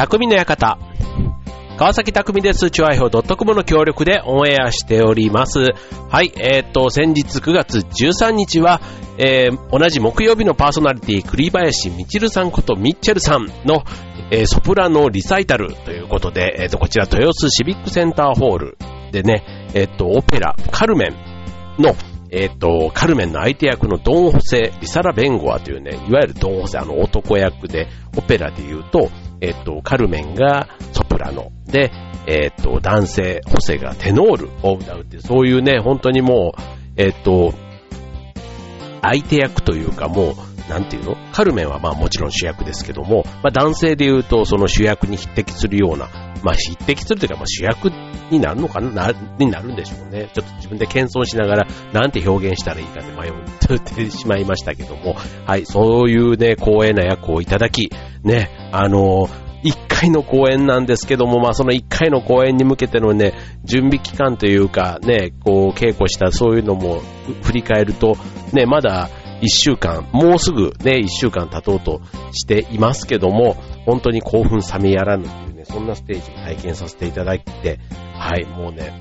匠の館。川崎匠です。チュアイホー .com の協力でオンエアしております。はい、先日9月13日は、同じ木曜日のパーソナリティ、栗林みちるさんことミッチェルさんの、ソプラノリサイタルということで、こちら豊洲シビックセンターホールでね、オペラ、カルメンの、カルメンの相手役のドン・ホセ・リサラ・ベンゴアというね、いわゆるドン・ホセ、男役で、オペラで言うと、カルメンがソプラノで、男性、ホセがテノールを歌うっていう、そういうね、本当にもう、相手役というかもう、なんていうの？カルメンはまあもちろん主役ですけども、まあ男性で言うとその主役に匹敵するような、まあ匹敵するというかまあ主役になるのかな、になるんでしょうね。ちょっと自分で謙遜しながらなんて表現したらいいかで迷ってしまいましたけども、はい、そういうね、光栄な役をいただき、ね、一回の公演なんですけども、まあその一回の公演に向けてのね、準備期間というかね、こう稽古したそういうのも振り返ると、ね、まだ1週間、もうすぐね、1週間経とうとしていますけども、本当に興奮冷めやらぬというね、そんなステージを体験させていただいて、はい、もうね、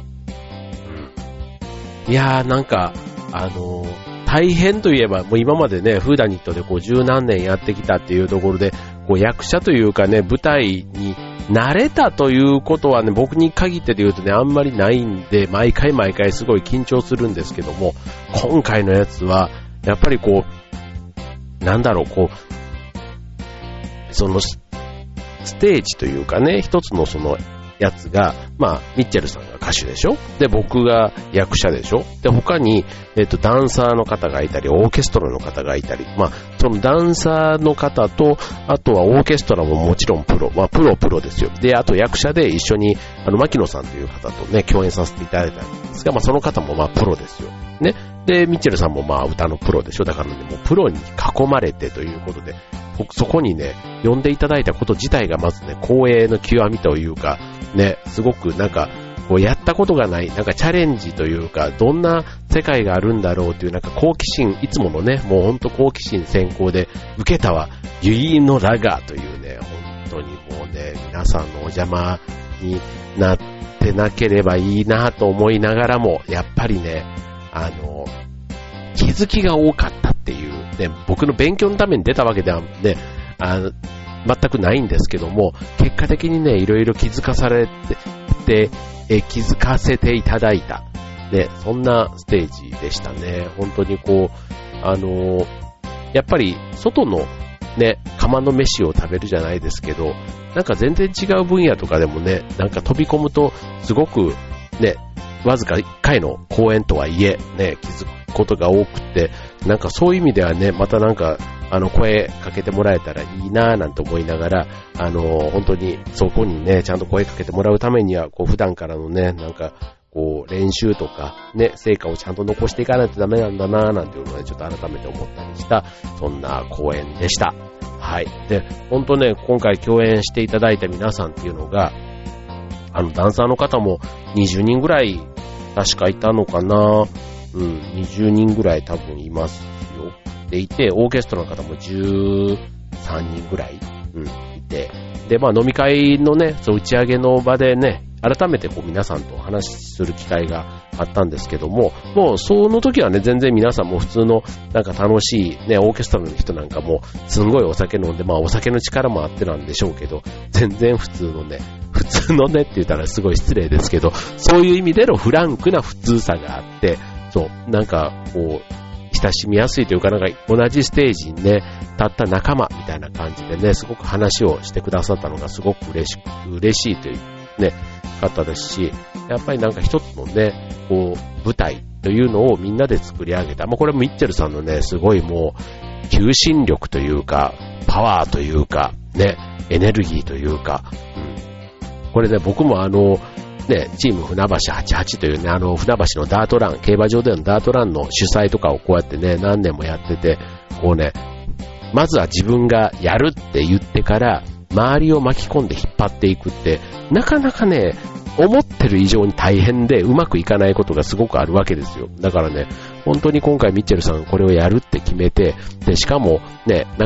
いやーなんか、大変といえば、もう今までね、フーダニットでこう十何年やってきたっていうところで、こう役者というかね、舞台に慣れたということはね、僕に限ってで言うとね、あんまりないんで、毎回すごい緊張するんですけども、今回のやつは、やっぱりこう、なんだろう、こう、そのステージというかね、一つのそのやつが、まあ、ミッチェルさんが歌手でしょ？で、僕が役者でしょ？で、他に、ダンサーの方がいたり、オーケストラの方がいたり、まあ、そのダンサーの方と、あとはオーケストラももちろんプロ、まあ、プロですよ。で、あと役者で一緒に、牧野さんという方とね、共演させていただいたんですが、まあ、その方もまあ、プロですよ。ね。で、ミッチェルさんもまあ、歌のプロでしょ。だからね、もうプロに囲まれてということで、そこにね、呼んでいただいたこと自体がまずね、光栄の極みというか、ね、すごくなんか、こうやったことがない、なんかチャレンジというか、どんな世界があるんだろうというなんか好奇心、いつものね、もうほんと好奇心先行で、受けたはユイのラガーというね、本当にもうね、皆さんのお邪魔になってなければいいなと思いながらも、やっぱりね、気づきが多かったっていう、ね、僕の勉強のために出たわけではね、全くないんですけども、結果的にね、いろいろ気づかされて、気づかせていただいた、ね、そんなステージでしたね。本当にこう、やっぱり外のね、釜の飯を食べるじゃないですけど、なんか全然違う分野とかでもね、なんか飛び込むとすごくね、わずか1回の公演とはいえ、ね、気づくことが多くて、なんかそういう意味ではね、またなんか、声かけてもらえたらいいなぁなんて思いながら、本当にそこにね、ちゃんと声かけてもらうためには、こう普段からのね、なんか、こう練習とかね、成果をちゃんと残していかないとダメなんだなぁなんていうのはちょっと改めて思ったりした、そんな公演でした。はい。で、本当ね、今回共演していただいた皆さんっていうのが、ダンサーの方も20人ぐらい確かいたのかな、20人ぐらい多分いますよ。でいて、オーケストラの方も13人ぐらい、いて、で、まあ飲み会のね、そう打ち上げの場でね、改めてこう皆さんとお話しする機会があったんですけども、もうその時はね、全然皆さんも普通のなんか楽しいね、オーケストラの人なんかもすんごいお酒飲んで、まあお酒の力もあってなんでしょうけど、全然普通のねって言ったらすごい失礼ですけど、そういう意味でのフランクな普通さがあって、そう、なんかこう、親しみやすいというか、なんか同じステージにね、立った仲間みたいな感じでね、すごく話をしてくださったのがすごく嬉しいというね、方ですし、やっぱりなんか一つのね、こう、舞台というのをみんなで作り上げた。まあこれもミッチェルさんのね、すごいもう、求心力というか、パワーというか、ね、エネルギーというか、これね、僕もね、チーム船橋88というね、船橋のダートラン、競馬場でのダートランの主催とかをこうやってね、何年もやってて、こうね、まずは自分がやるって言ってから、周りを巻き込んで引っ張っていくって、なかなかね、思ってる以上に大変でうまくいかないことがすごくあるわけですよ。だからね、本当に今回ミッチェルさんこれをやるって決めて、で、しかもね、なんか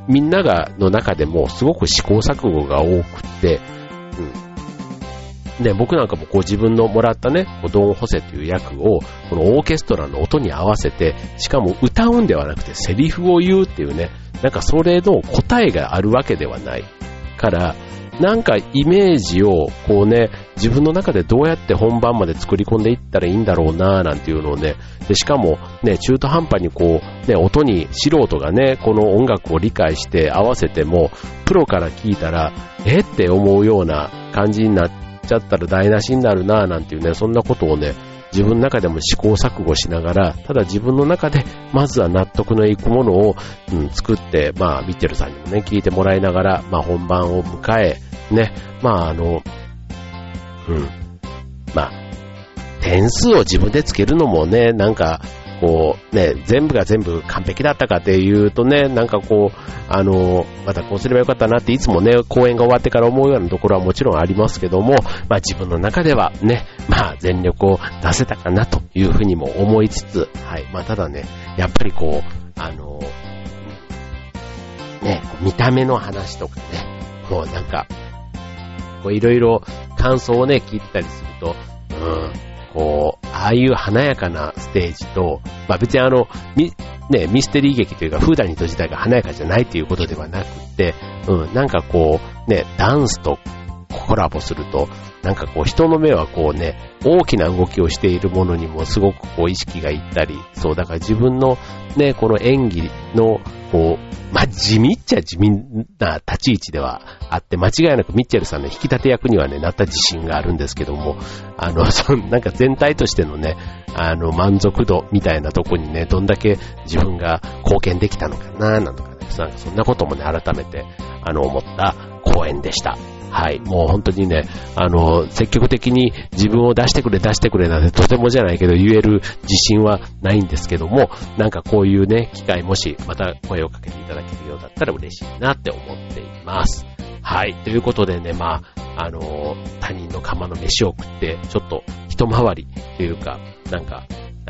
みんなの中でもすごく試行錯誤が多くって、で、僕なんかもこう自分のもらったね、ドン・ホセという役をこのオーケストラの音に合わせて、しかも歌うんではなくてセリフを言うっていうね、なんかそれの答えがあるわけではないから、なんかイメージをこうね、自分の中でどうやって本番まで作り込んでいったらいいんだろうななんていうのをね、でしかもね、中途半端にこうね、音に素人がね、この音楽を理解して合わせても、プロから聞いたらって思うような感じになっちゃったら台無しになるななんていうね、そんなことをね、自分の中でも試行錯誤しながら、ただ自分の中でまずは納得のいくものを、作って、ミッチェルさんにもね、聞いてもらいながら、本番を迎え、ね、点数を自分でつけるのもね、なんか、こうね、全部が全部完璧だったかっていうとね、なんかこう、またこうすればよかったなっていつもね、公演が終わってから思うようなところはもちろんありますけども、自分の中ではね、全力を出せたかなというふうにも思いつつ、はい、ただね、やっぱりこう、ね、見た目の話とかね、もうなんか、こういろいろ感想をね、聞いたりすると、こう、ああいう華やかなステージと、別にミステリー劇というか、フーダニット自体が華やかじゃないということではなくて、なんかこう、ね、ダンスとコラボすると、なんかこう、人の目はこうね、大きな動きをしているものにもすごくこう、意識がいったり、そう、だから自分のね、この演技の、こう、地味っちゃ地味な立ち位置ではあって、間違いなくミッチェルさんの引き立て役にはね、なった自信があるんですけども、なんか全体としてのね、満足度みたいなとこにね、どんだけ自分が貢献できたのかな、なんとかね、なんかそんなこともね、改めて、思った公演でした。はい。もう本当にね、積極的に自分を出してくれなんてとてもじゃないけど言える自信はないんですけども、なんかこういうね、機会もしまた声をかけていただけるようだったら嬉しいなって思っています。はい。ということでね、他人の釜の飯を食って、ちょっと一回りというか、なんか、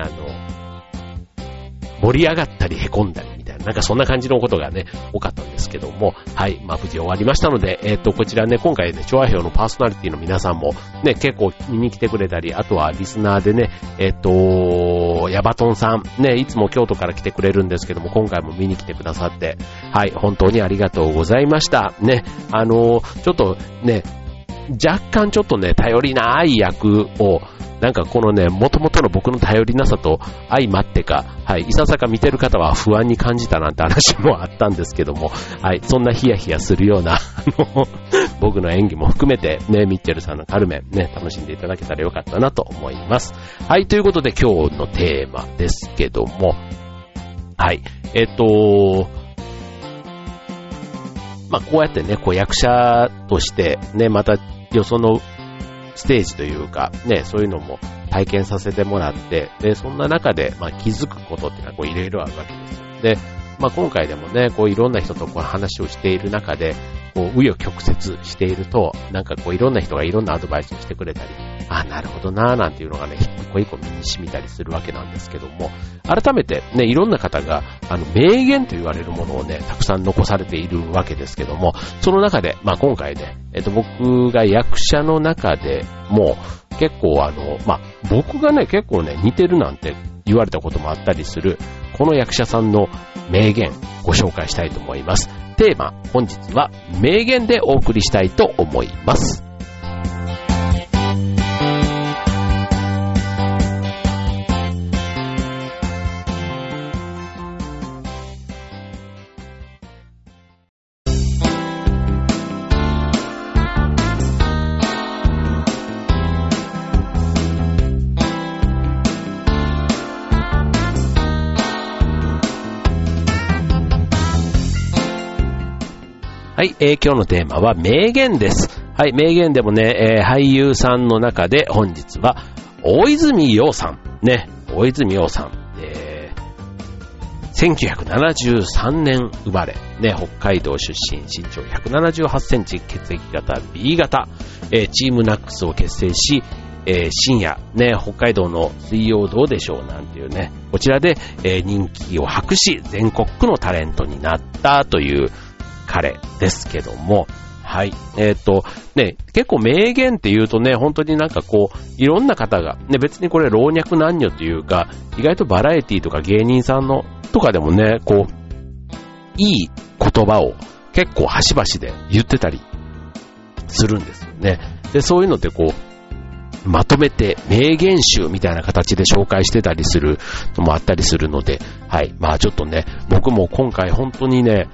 盛り上がったり凹んだりみたいな、なんかそんな感じのことがね、多かったんですけども、はい、無事終わりましたので、こちらね、今回ね、調和表のパーソナリティの皆さんもね、結構見に来てくれたり、あとはリスナーでね、ヤバトンさん、ね、いつも京都から来てくれるんですけども、今回も見に来てくださって、はい、本当にありがとうございました。ね、ちょっとね、若干ちょっとね、頼りない役を、なんかこのね、元々の僕の頼りなさと相まってか、はい、いささか見てる方は不安に感じたなんて話もあったんですけども、はい、そんなヒヤヒヤするような、僕の演技も含めて、ね、ミッチェルさんのカルメン、ね、楽しんでいただけたらよかったなと思います。はい、ということで今日のテーマですけども、はい、こうやってね、こう役者としてね、またよそのステージというか、ね、そういうのも体験させてもらって、で、そんな中で、気づくことっていうのはこういろいろあるわけですよ。で、今回でもね、こういろんな人とこう話をしている中で、こう、紆余曲折していると、なんかこういろんな人がいろんなアドバイスをしてくれたり、なるほどなーなんていうのがね、一個一個身に染みたりするわけなんですけども、改めてね、いろんな方が、名言と言われるものをね、たくさん残されているわけですけども、その中で、今回ね、僕が役者の中でも、結構僕がね、結構ね、似てるなんて言われたこともあったりする、この役者さんの名言、ご紹介したいと思います。テーマ、本日は名言でお送りしたいと思います。はい、今日のテーマは名言です。はい、名言でもね、俳優さんの中で本日は大泉洋さん。ね、大泉洋さん。1973年生まれ。ね、北海道出身、身長178センチ、血液型 B 型。チームナックスを結成し、深夜、ね、北海道の水曜どうでしょうなんていうね、こちらで、人気を博し、全国区のタレントになったという、 彼ですけども、はい。ね、結構名言って言うとね、本当になんかこう、いろんな方が、ね、別にこれ老若男女というか、意外とバラエティとか芸人さんのとかでもね、こう、いい言葉を結構端々で言ってたりするんですよね。で、そういうのってこう、まとめて名言集みたいな形で紹介してたりするのもあったりするので、はい。まあちょっとね、僕も今回本当にね、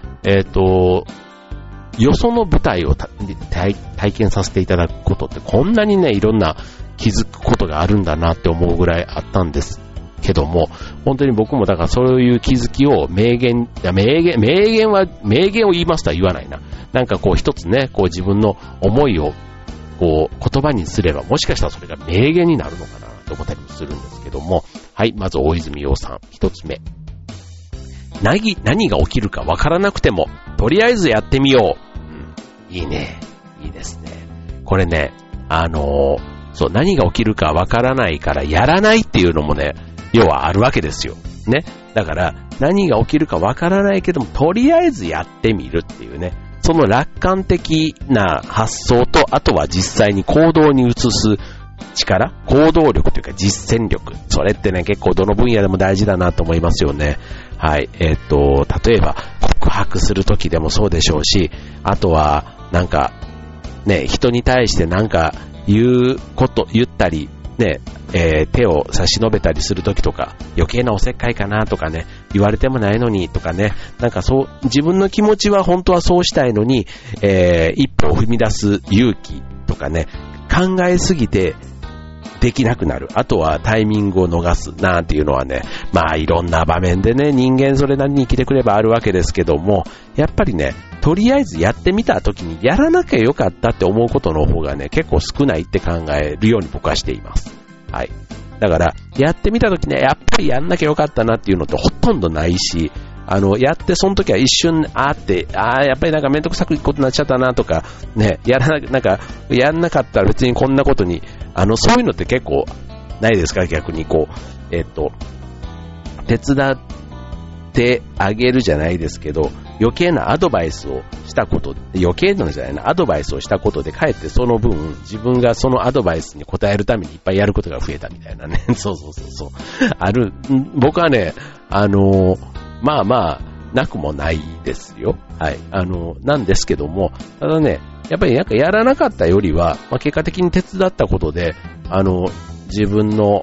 よその舞台を体験させていただくことってこんなにね、いろんな気づくことがあるんだなって思うぐらいあったんですけども、本当に僕もだからそういう気づきを名言を言いますとは言わないな。なんかこう一つね、こう自分の思いをこう言葉にすれば、もしかしたらそれが名言になるのかなと思ったりもするんですけども、はい、まず大泉洋さん、一つ目。何が起きるかわからなくても、とりあえずやってみよう。いいね。いいですね。これね、そう、何が起きるかわからないからやらないっていうのもね、要はあるわけですよ。ね。だから、何が起きるかわからないけども、とりあえずやってみるっていうね。その楽観的な発想と、あとは実際に行動に移す力、行動力というか実践力。それってね、結構どの分野でも大事だなと思いますよね。はい。例えば、告白するときでもそうでしょうし、あとは、なんか、ね、人に対してなんか言ったり、ね、手を差し伸べたりするときとか、余計なおせっかいかなとかね、言われてもないのにとかね、なんかそう、自分の気持ちは本当はそうしたいのに、一歩を踏み出す勇気とかね、考えすぎてできなくなる。あとはタイミングを逃すなんていうのはね、まあいろんな場面でね、人間それなりに生きてくればあるわけですけども、やっぱりね、とりあえずやってみた時にやらなきゃよかったって思うことの方がね、結構少ないって考えるように僕はしています。はい。だから、やってみた時ね、やっぱりやんなきゃよかったなっていうのってほとんどないし、やってその時は一瞬やっぱりなんかめんどくさくいくことになっちゃったなとか、ね、やんなかったら別にこんなことに、そういうのって結構ないですか？逆にこう、手伝ってあげるじゃないですけど、余計なアドバイスをしたことで、余計なのじゃないな、アドバイスをしたことで、かえってその分、自分がそのアドバイスに応えるためにいっぱいやることが増えたみたいなね。そう。僕はね、まあまあ、なくもないですよ。はい。なんですけども、ただね、やっぱりなんかやらなかったよりは、まあ、結果的に手伝ったことで、自分の、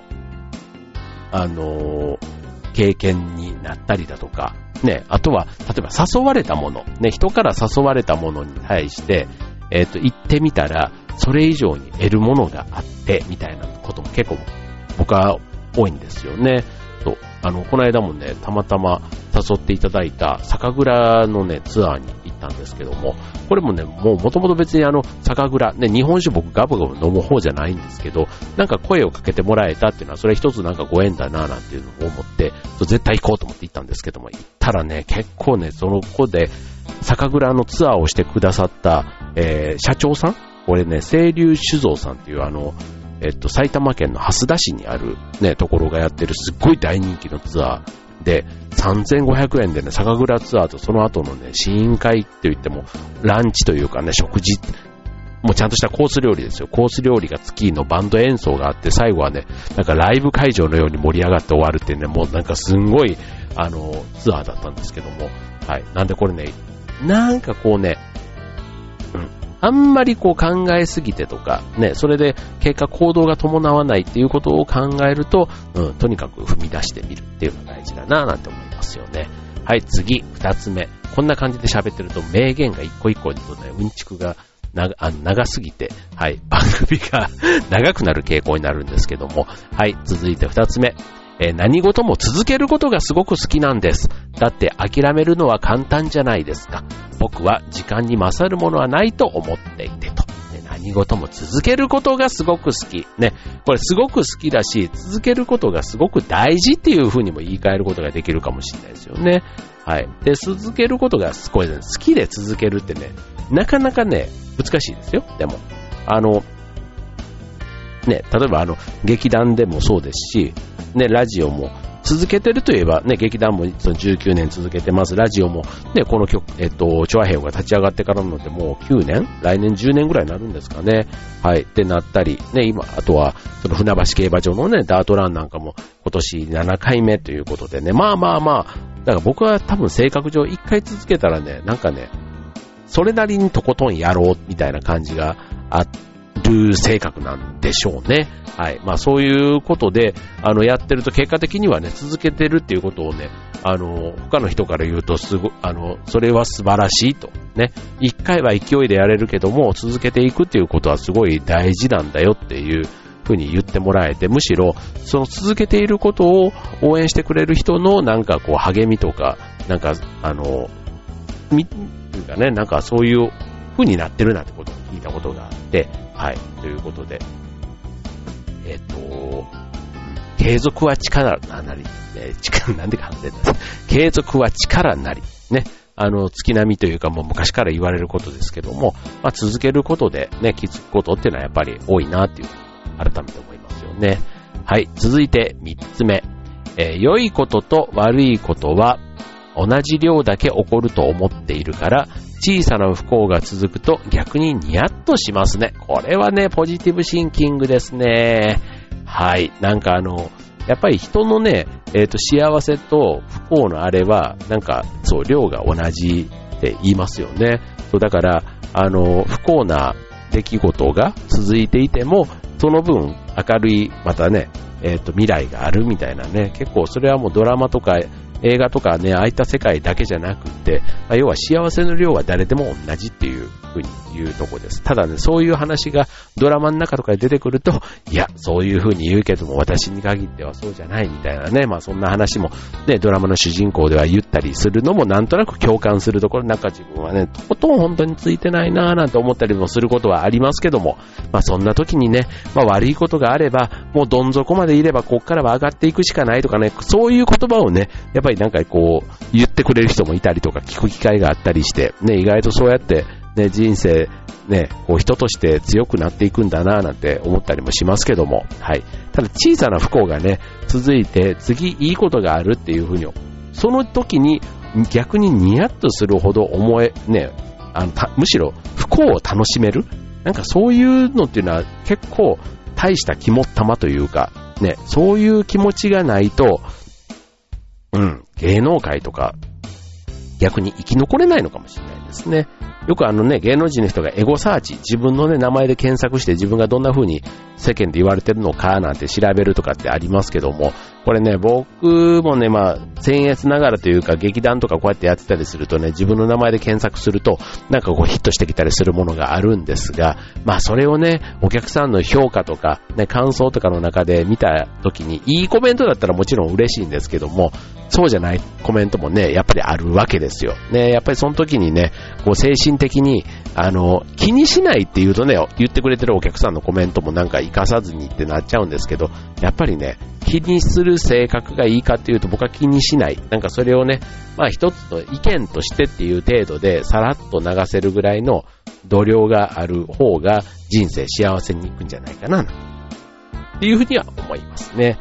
経験になったりだとか、ね、あとは、例えば誘われたもの、ね、人から誘われたものに対して、行ってみたら、それ以上に得るものがあって、みたいなことも結構、僕は多いんですよね。そう。この間もね、たまたま誘っていただいた酒蔵のね、ツアーに行ったんですけども、これもね、もともと別に酒蔵、ね、日本酒僕ガブガブ飲む方じゃないんですけど、なんか声をかけてもらえたっていうのは、それ一つなんかご縁だななんていうのを思って、絶対行こうと思って行ったんですけども、行ったらね、結構ね、その子で酒蔵のツアーをしてくださった、社長さん、これね、清流酒造さんっていう埼玉県の蓮田市にあるね、ところがやってるすっごい大人気のツアーで、3500円でね、酒蔵ツアーとその後のね、試飲会って言っても、ランチというかね、食事、もうちゃんとしたコース料理ですよ。コース料理が月のバンド演奏があって、最後はね、なんかライブ会場のように盛り上がって終わるっていうね、もうなんかすんごい、ツアーだったんですけども、はい。なんでこれね、なんかこうね、あんまりこう考えすぎてとか、ね、それで結果行動が伴わないっていうことを考えると、とにかく踏み出してみるっていうのが大事だなぁなんて思いますよね。はい、次、二つ目。こんな感じで喋ってると名言が一個一個にとね、うんちくが長すぎて、はい、番組が長くなる傾向になるんですけども、はい、続いて二つ目。何事も続けることがすごく好きなんです。だって諦めるのは簡単じゃないですか。僕は時間に勝るものはないと思っていてと。何事も続けることがすごく好き。ね。これすごく好きだし、続けることがすごく大事っていう風にも言い換えることができるかもしれないですよね。はい。で、続けることがこれ、ね、好きで続けるってね、なかなかね、難しいですよ。でも、ね、例えば劇団でもそうですし、ね、ラジオも続けてるといえばね、劇団もその19年続けてます。ラジオもね、この曲、チョアヘヨが立ち上がってからなのでもう9年来年10年ぐらいになるんですかね。はい。ってなったり、ね、今、あとは、その船橋競馬場のね、ダートランなんかも今年7回目ということでね、まあ、だから僕は多分性格上1回続けたらね、なんかね、それなりにとことんやろうみたいな感じがある性格なんでしょうね。はい。まあそういうことで、やってると結果的にはね、続けてるっていうことをね、他の人から言うとそれは素晴らしいと。ね。一回は勢いでやれるけども、続けていくっていうことはすごい大事なんだよっていうふうに言ってもらえて、むしろ、その続けていることを応援してくれる人のなんかこう励みとか、なんか、というかね、なんかそういう風になってるなってことを聞いたことがあって、はい、ということで、継続は力なり、なんでかんでんだ継続は力なり、ね、月並みというかもう昔から言われることですけども、まあ続けることでね、気づくことっていうのはやっぱり多いなっていう、改めて思いますよね。はい、続いて3つ目、良いことと悪いことは同じ量だけ起こると思っているから、小さな不幸が続くと逆にニヤッとしますね。これはね、ポジティブシンキングですね。はい。なんかやっぱり人のね、幸せと不幸のあれは、なんか、そう、量が同じって言いますよね。そう、だから、不幸な出来事が続いていても、その分明るい、またね、未来があるみたいなね、結構それはもうドラマとか映画とかね、ああいった世界だけじゃなくて、要は幸せの量は誰でも同じっていうふうに言うとこです。ただね、そういう話がドラマの中とかで出てくると、いや、そういうふうに言うけども私に限ってはそうじゃないみたいなね、まあそんな話もね、ドラマの主人公では言ったりするのもなんとなく共感するところ、なんか自分はね、とことん本当についてないなぁなんて思ったりもすることはありますけども、まあそんな時にね、まあ悪いことがあれば、もうどん底までいればこっからは上がっていくしかないとかね、そういう言葉をね、やっぱりなんかこう言ってくれる人もいたりとか聞く機会があったりして、ね、意外とそうやってね、人生ね、こう人として強くなっていくんだなぁなんて思ったりもしますけども、はい。ただ小さな不幸がね、続いて次いいことがあるっていうふうに、その時に逆にニヤッとするほどね、むしろ不幸を楽しめる、なんかそういうのっていうのは結構大した肝っ玉というか、ね、そういう気持ちがないと、芸能界とか逆に生き残れないのかもしれないですね。よく芸能人の人がエゴサーチ、自分のね、名前で検索して自分がどんな風に世間で言われてるのかなんて調べるとかってありますけども、これね、僕もね、まあ、僭越ながらというか劇団とかこうやってやってたりするとね、自分の名前で検索すると、なんかこうヒットしてきたりするものがあるんですが、まあそれをね、お客さんの評価とか、ね、感想とかの中で見た時に、いいコメントだったらもちろん嬉しいんですけども、そうじゃないコメントもね、やっぱりあるわけですよ。ね、やっぱりその時にね、こう精神的に、気にしないって言うとね、言ってくれてるお客さんのコメントもなんか活かさずにってなっちゃうんですけど、やっぱりね、気にする性格がいいかっていうと僕は気にしない。なんかそれをね、まあ一つの意見としてっていう程度でさらっと流せるぐらいの度量がある方が人生幸せにいくんじゃないかなっていうふうには思いますね。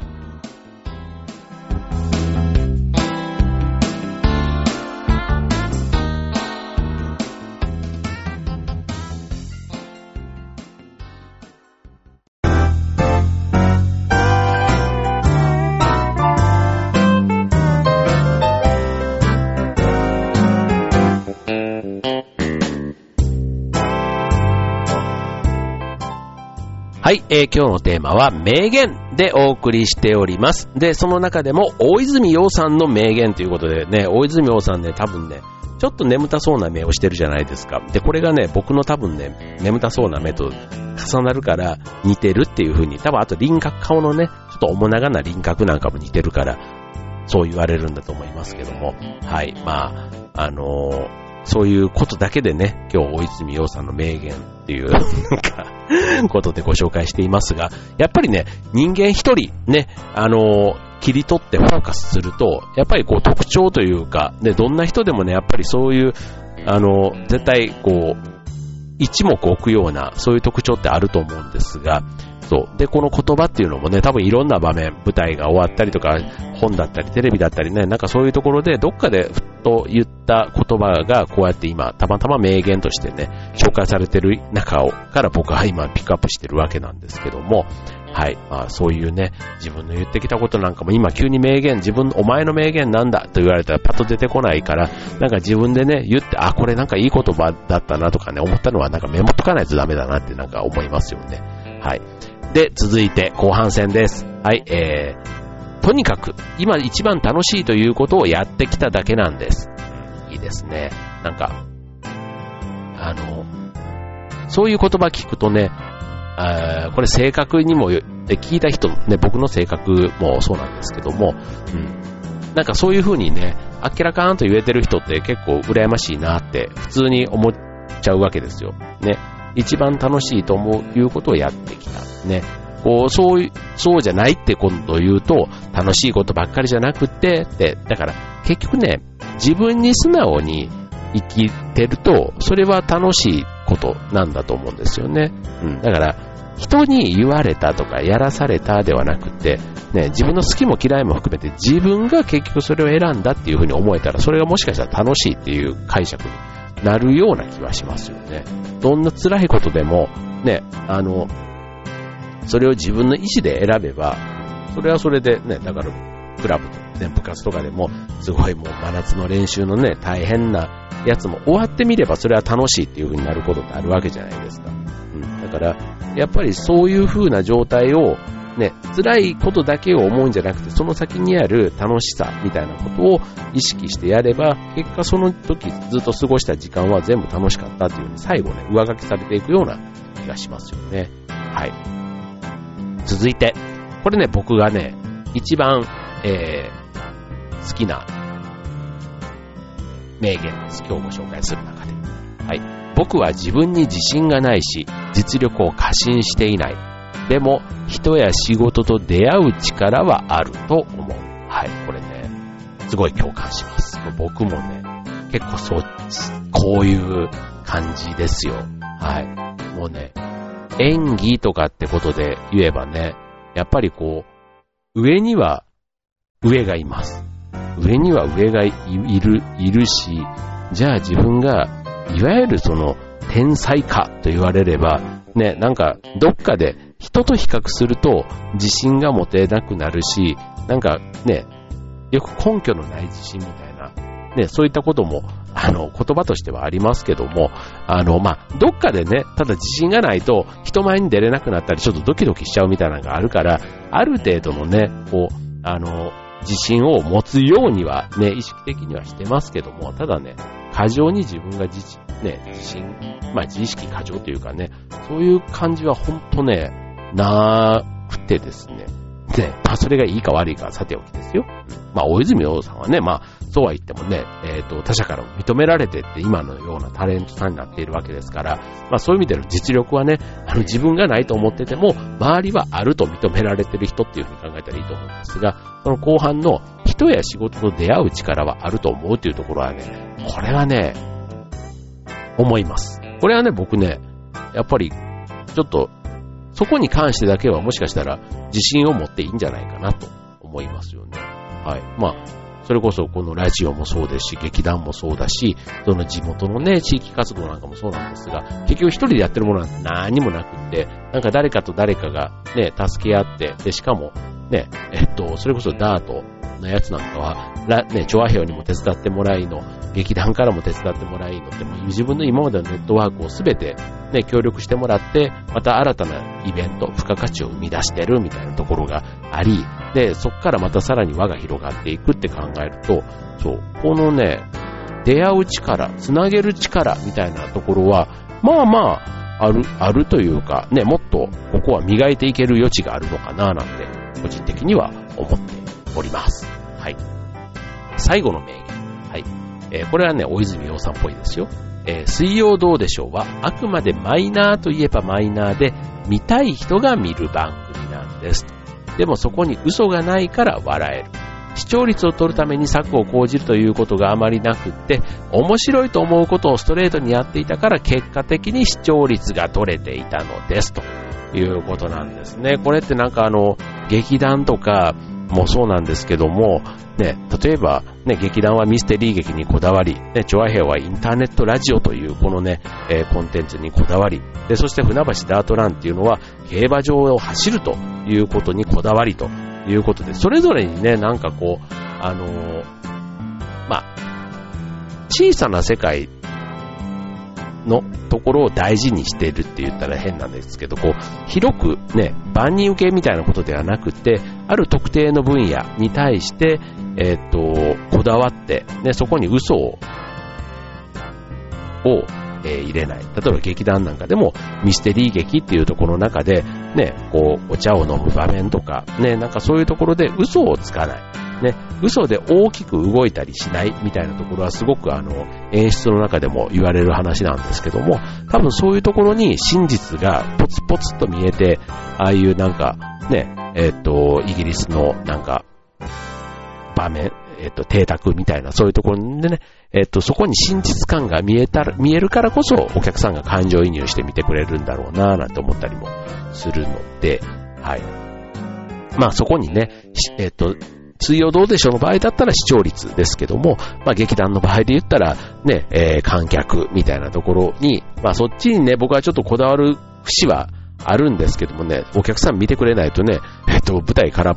はい、今日のテーマは名言でお送りしております。で、その中でも大泉洋さんの名言ということでね、大泉洋さんね、多分ね、ちょっと眠たそうな目をしてるじゃないですか。で、これがね、僕の多分ね、眠たそうな目と重なるから似てるっていう風に、多分あと輪郭、顔のね、ちょっと面長な輪郭なんかも似てるから、そう言われるんだと思いますけども、はい、まあ、そういうことだけでね、今日大泉洋さんの名言っていうなんかことでご紹介していますが、やっぱりね、人間一人ね、切り取ってフォーカスすると、やっぱりこう特徴というか、ね、どんな人でもね、やっぱりそういう絶対こう一目置くようなそういう特徴ってあると思うんですが、 そう。で、この言葉っていうのもね、多分いろんな場面、舞台が終わったりとか、本だったり、テレビだったりね、なんかそういうところで、どっかでふっと言った言葉が、こうやって今、たまたま名言としてね、紹介されてる中から僕は今ピックアップしてるわけなんですけども、はい。まあそういうね、自分の言ってきたことなんかも今急に名言、お前の名言なんだと言われたらパッと出てこないから、なんか自分でね、言って、これなんかいい言葉だったなとかね、思ったのはなんかメモっとかないとダメだなってなんか思いますよね。はい。で、続いて後半戦です。はい。とにかく、今一番楽しいということをやってきただけなんです。いいですね。なんか、そういう言葉聞くとね、これ性格にも聞いた人ね、僕の性格もそうなんですけども、なんかそういう風にね、あっけらかーんと言えてる人って結構羨ましいなって普通に思っちゃうわけですよ。ね、一番楽しいということをやってきた。ね、そうじゃないってことを言うと楽しいことばっかりじゃなくてだから結局ね、自分に素直に生きてるとそれは楽しいことなんだと思うんですよね。だから人に言われたとかやらされたではなくて、ね、自分の好きも嫌いも含めて自分が結局それを選んだっていうふうに思えたら、それがもしかしたら楽しいっていう解釈になるような気はしますよね。どんな辛いことでもね、それを自分の意思で選べば、それはそれでね、だからクラブとかね、部活とかでもすごいもう真夏の練習のね、大変なやつも終わってみればそれは楽しいっていう風になることってあるわけじゃないですか。だからやっぱりそういう風な状態をね、辛いことだけを思うんじゃなくて、その先にある楽しさみたいなことを意識してやれば、結果その時ずっと過ごした時間は全部楽しかったっていう風に最後ね、上書きされていくような気がしますよね。はい。続いて、これね、僕がね、一番、好きな名言です。今日ご紹介する中で。はい。僕は自分に自信がないし、実力を過信していない。でも、人や仕事と出会う力はあると思う。はい。これね、すごい共感します。僕もね、結構こういう感じですよ。はい。もうね、演技とかってことで言えばね、やっぱりこう、上には上がいます。上には上がいるし、じゃあ自分が、いわゆるその、天才かと言われれば、ね、なんか、どっかで人と比較すると自信が持てなくなるし、なんかね、よく根拠のない自信みたいな、ね、そういったことも、言葉としてはありますけども、どっかでね、ただ自信がないと人前に出れなくなったり、ちょっとドキドキしちゃうみたいなのがあるから、ある程度のね、こう、自信を持つようにはね、意識的にはしてますけども、ただね、過剰に自分が自意識過剰というかね、そういう感じはほんとね、なくてですね。で、それがいいか悪いかはさておきですよ。大泉洋さんはね、そうは言ってもね、他者から認められてって今のようなタレントさんになっているわけですから、そういう意味での実力はね、自分がないと思ってても、周りはあると認められてる人っていうふうに考えたらいいと思うんですが、その後半の人や仕事と出会う力はあると思うというところはね、これはね、思います。これはね、僕ね、やっぱり、ちょっと、そこに関してだけはもしかしたら自信を持っていいんじゃないかなと思いますよね。はい。それこそこのラジオもそうですし、劇団もそうだし、その地元のね、地域活動なんかもそうなんですが、結局一人でやってるものなんて何もなくって、なんか誰かと誰かがね、助け合って、で、しかもね、それこそダートのやつなんかは、調和表にも手伝ってもらいの、劇団からも手伝ってもらいのって、自分の今までのネットワークをすべてね、協力してもらって、また新たなイベント、付加価値を生み出してるみたいなところがあり、で、そこからまたさらに輪が広がっていくって考えると、そう、このね、出会う力、つなげる力みたいなところは、あるというか、ね、もっとここは磨いていける余地があるのかななんて、個人的には思っております。はい。最後の名言。はい。これはね、大泉洋さんっぽいですよ。水曜どうでしょうは、あくまでマイナーといえばマイナーで、見たい人が見る番組なんです。でもそこに嘘がないから笑える。視聴率を取るために策を講じるということがあまりなくって、面白いと思うことをストレートにやっていたから結果的に視聴率が取れていたのですと。 いうことなんですね。これってなんか劇団とかもそうなんですけども、ね、例えば、ね、劇団はミステリー劇にこだわり、ね、チョアヘイはインターネットラジオというこのね、コンテンツにこだわり、で、そして船橋ダートランっていうのは競馬場を走るということにこだわりということで、それぞれにね、なんかこう、小さな世界のところを大事にしているって言ったら変なんですけど、こう広くね、万人受けみたいなことではなくて、ある特定の分野に対してこだわって、ね、そこに嘘を入れない。例えば劇団なんかでもミステリー劇っていうところの中でね、こうお茶を飲む場面とかね、なんかそういうところで嘘をつかない。ね、嘘で大きく動いたりしないみたいなところはすごく演出の中でも言われる話なんですけども、多分そういうところに真実がポツポツと見えて、ああいうなんかね、イギリスのなんか場面、邸宅みたいなそういうところでね、そこに真実感が見えるからこそお客さんが感情移入して見てくれるんだろうななんて思ったりもするので、はい。まあそこにね、水曜どうでしょうの場合だったら視聴率ですけども、まあ劇団の場合で言ったらね、観客みたいなところに、まあそっちにね、僕はちょっとこだわる節はあるんですけどもね、お客さん見てくれないとね、舞台から、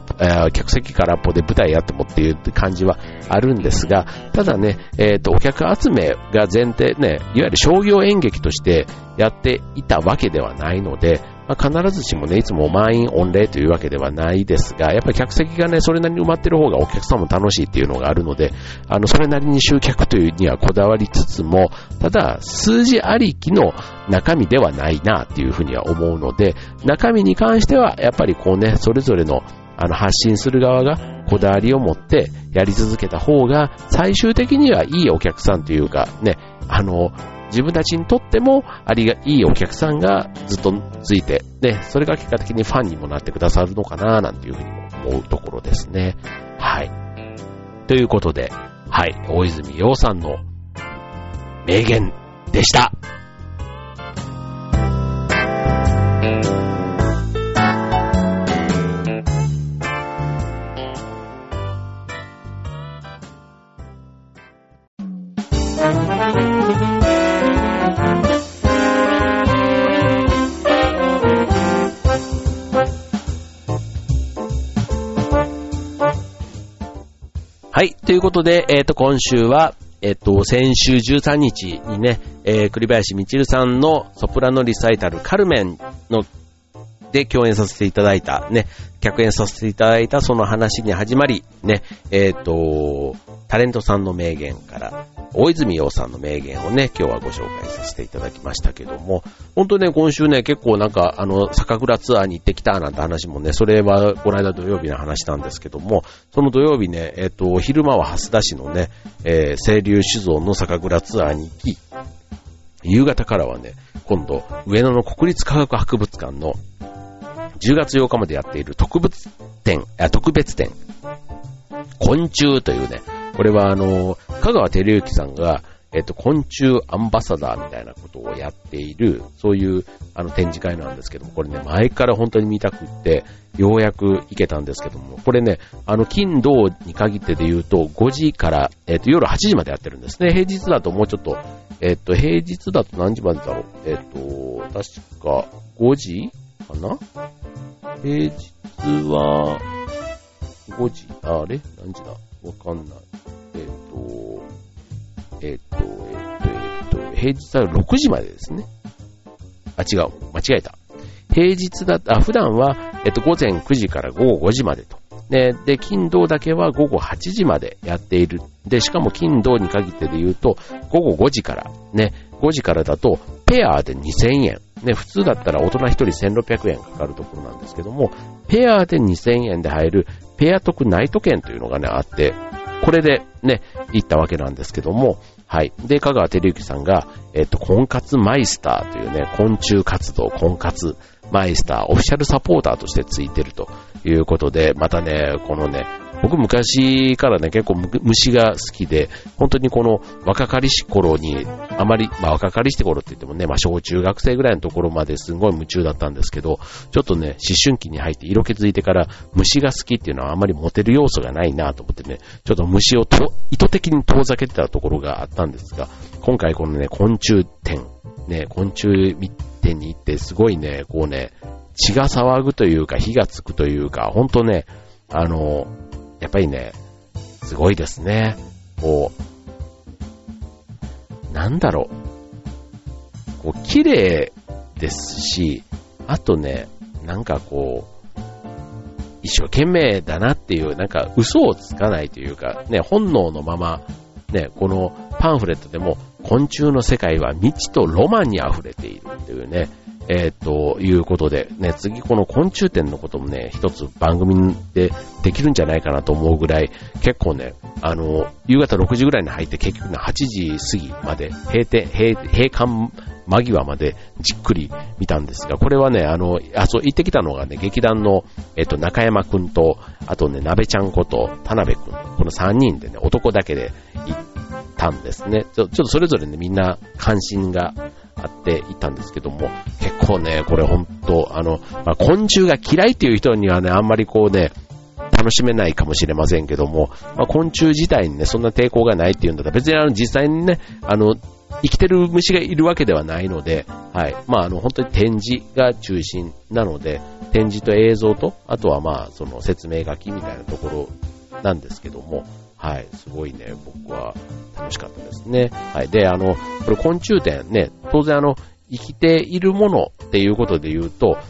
客席からっぽで舞台やってもっていう感じはあるんですが、ただね、お客集めが前提ね、いわゆる商業演劇としてやっていたわけではないので、まあ、必ずしもね、いつも満員御礼というわけではないですが、やっぱり客席がね、それなりに埋まってる方がお客さんも楽しいっていうのがあるので、それなりに集客というにはこだわりつつも、ただ、数字ありきの中身ではないなっていうふうには思うので、中身に関しては、やっぱりこうね、それぞれの発信する側がこだわりを持ってやり続けた方が、最終的にはいいお客さんというか、ね、自分たちにとってもいいお客さんがずっとついて、ね、それが結果的にファンにもなってくださるのかななんていうふうにも思うところですね。はい。ということで、はい、大泉洋さんの名言でした。はい。ということで、今週は、先週13日にね、栗林みちるさんのソプラノリサイタルカルメンので共演させていただいた、ね、客演させていただいたその話に始まり、ね、タレントさんの名言から、大泉洋さんの名言をね、今日はご紹介させていただきましたけども、本当ね、今週ね、結構なんか、酒蔵ツアーに行ってきたなんて話もね、それはこの間土曜日の話なんですけども、その土曜日ね、昼間は蓮田市のね、清流酒造の酒蔵ツアーに行き、夕方からはね、今度、上野の国立科学博物館の10月8日までやっている特別展、昆虫というね、これは香川照之さんが、昆虫アンバサダーみたいなことをやっている、そういう展示会なんですけども、これね、前から本当に見たくって、ようやく行けたんですけども、これね、金土に限ってで言うと、5時から、夜8時までやってるんですね。平日だともうちょっと、平日だと何時までだろう。確か5時かな？平日は5時、あれ何時だわかんない。平日は6時までですね。あ、違う。間違えた。平日普段は、午前9時から午後5時までと。で、金土だけは午後8時までやっている。で、しかも金土に限ってで言うと、午後5時から。ね、5時からだと、ペアで2000円。ね、普通だったら大人1人1600円かかるところなんですけども、ペアで2000円で入る、ペア特ナイト券というのがね、あって、これでね、行ったわけなんですけども、はい。で、香川照之さんが、婚活マイスターというね、昆虫活動婚活マイスターオフィシャルサポーターとしてついてるということで、またね、このね、 僕昔からね、結構虫が好きで、本当にこの若かりし頃に、あまり、若かりし頃って言ってもね、小中学生ぐらいのところまですごい夢中だったんですけど、ちょっとね、思春期に入って色気づいてから虫が好きっていうのはあまりモテる要素がないなと思ってね、ちょっと虫を意図的に遠ざけてたところがあったんですが、今回このね、昆虫展、ね、昆虫店に行ってすごいね、こうね、血が騒ぐというか火がつくというか、ほんとね、やっぱりね、すごいですね。こう、なんだろう。こう、綺麗ですし、あとね、なんかこう、一生懸命だなっていう、なんか嘘をつかないというか、ね、本能のまま、ね、このパンフレットでも、昆虫の世界は未知とロマンに溢れているっていうね、いうことで、ね、次この昆虫展のこともね、一つ番組でできるんじゃないかなと思うぐらい、結構ね、夕方6時ぐらいに入って結局ね、8時過ぎまで、閉館間際までじっくり見たんですが、これはね、そう、行ってきたのがね、劇団の、中山くんと、あとね、鍋ちゃんこと田辺くん、この3人でね、男だけで行ったんですね。ちょっとそれぞれね、みんな関心があって行ったんですけども、結構ね、これほんと、昆虫が嫌いっていう人にはね、あんまりこうね、楽しめないかもしれませんけども、昆虫自体にね、そんな抵抗がないっていうんだったら、別に実際にね、生きてる虫がいるわけではないので、はい。本当に展示が中心なので、展示と映像と、あとはその説明書きみたいなところなんですけども、はい。すごいね、僕は楽しかったですね。はい。で、これ昆虫展ね、当然生きているものっていうことで言うと、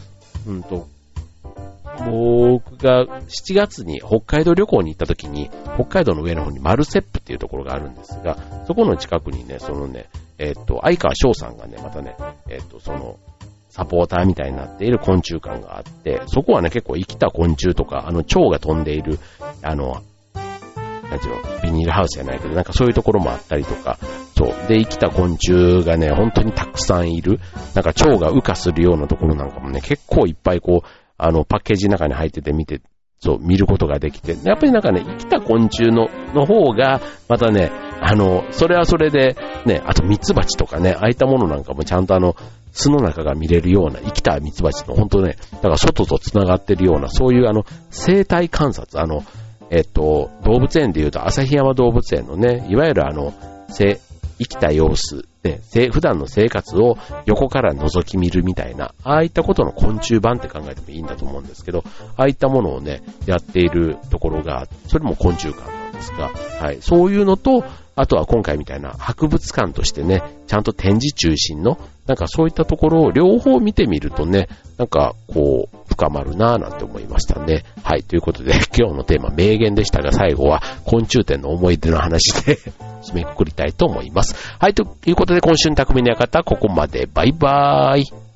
僕が7月に北海道旅行に行った時に、北海道の上の方にマルセップっていうところがあるんですが、そこの近くにね、そのね、相川翔さんがね、またね、その、サポーターみたいになっている昆虫館があって、そこはね、結構生きた昆虫とか、蝶が飛んでいる、なんていうの、ビニールハウスじゃないけど、なんかそういうところもあったりとか、そう。で、生きた昆虫がね、本当にたくさんいる、なんか蝶が羽化するようなところなんかもね、結構いっぱいこう、パッケージの中に入ってて見ることができて、やっぱりなんかね、生きた昆虫の方が、またね、それはそれで、ね、あとミツバチとかね、ああいったものなんかもちゃんと巣の中が見れるような、生きたミツバチの本当ね、だから外と繋がってるような、そういう生態観察、動物園でいうと旭山動物園のね、いわゆる生きた様子で、普段の生活を横から覗き見るみたいな、ああいったことの昆虫版って考えてもいいんだと思うんですけど、ああいったものをね、やっているところが、それも昆虫館なんですが、はい、そういうのと、あとは今回みたいな博物館としてね、ちゃんと展示中心の、なんかそういったところを両方見てみるとね、なんかこう、深まるなぁなんて思いましたね。はい、ということで今日のテーマ名言でしたが、最後は昆虫展の思い出の話で締めくくりたいと思います。はい、ということで今週の匠の館、ここまで。バイバーイ。